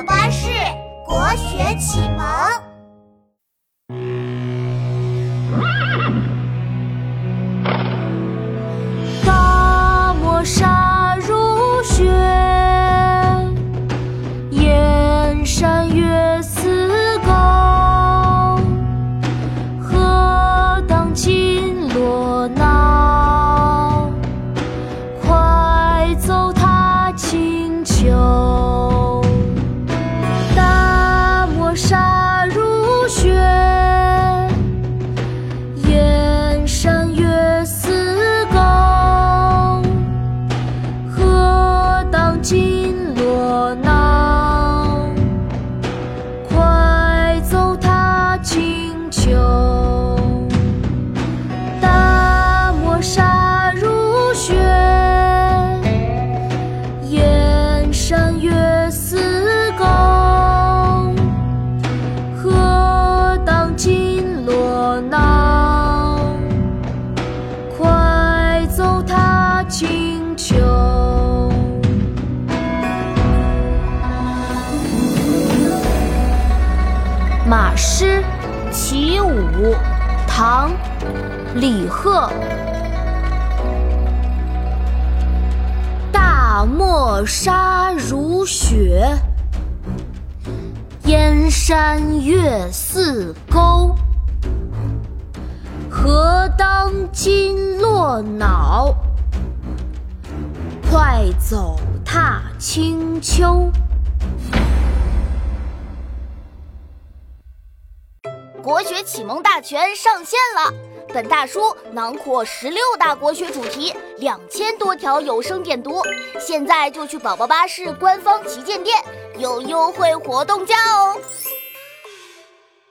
巴士国学启蒙。 大漠沙如雪，燕山月似钩。何当金络脑，快走踏清秋。大漠沙如雪，燕山月似钩。何当金络脑，快走踏清秋。大漠沙如雪，燕山月似钩。何当金络脑，快走踏清秋。马诗·起舞，唐·李贺。大漠沙如雪，燕山月似钩。何当金络脑，快走踏清秋。 国学启蒙大全上线了！本大书囊括16大国学主题，2000多条有声点读。现在就去宝宝巴士官方旗舰店，有优惠活动价哦！